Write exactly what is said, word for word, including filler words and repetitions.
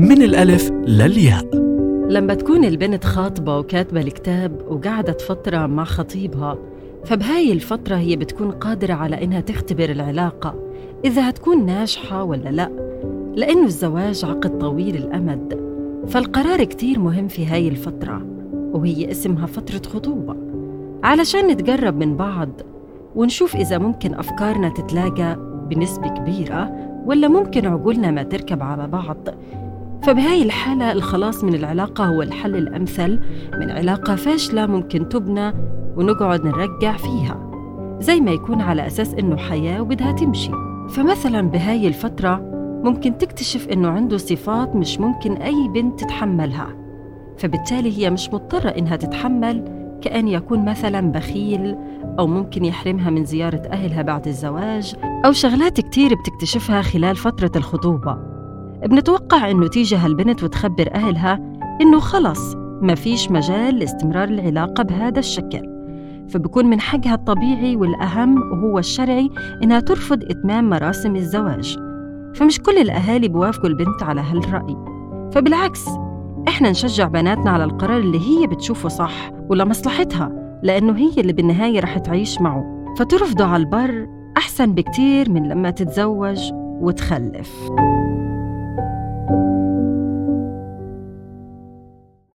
من الألف للياء. لما تكون البنت خاطبة وكاتبة الكتاب وقعدت فترة مع خطيبها، فبهاي الفترة هي بتكون قادرة على إنها تختبر العلاقة إذا هتكون ناجحة ولا لا، لأنه الزواج عقد طويل الأمد، فالقرار كتير مهم في هاي الفترة، وهي اسمها فترة خطوبة، علشان نتقرب من بعض ونشوف إذا ممكن أفكارنا تتلاقى بنسبة كبيرة ولا ممكن عقولنا ما تركب على بعض. فبهاي الحالة الخلاص من العلاقة هو الحل الأمثل من علاقة فاشلة ممكن تبنى ونقعد نرجع فيها، زي ما يكون على أساس إنه حياة وبدها تمشي. فمثلاً بهاي الفترة ممكن تكتشف إنه عنده صفات مش ممكن أي بنت تتحملها، فبالتالي هي مش مضطرة إنها تتحمل، كأن يكون مثلاً بخيل، أو ممكن يحرمها من زيارة أهلها بعد الزواج، أو شغلات كتير بتكتشفها خلال فترة الخطوبة. بنتوقع إنه تيجي هالبنت وتخبر أهلها إنه خلص ما فيش مجال لاستمرار العلاقة بهذا الشكل، فبكون من حقها الطبيعي والأهم وهو الشرعي إنها ترفض إتمام مراسم الزواج. فمش كل الأهالي بوافقوا البنت على هالرأي، فبالعكس إحنا نشجع بناتنا على القرار اللي هي بتشوفه صح ولمصلحتها، لأنه هي اللي بالنهاية رح تعيش معه. فترفضه على البر أحسن بكتير من لما تتزوج وتخلف.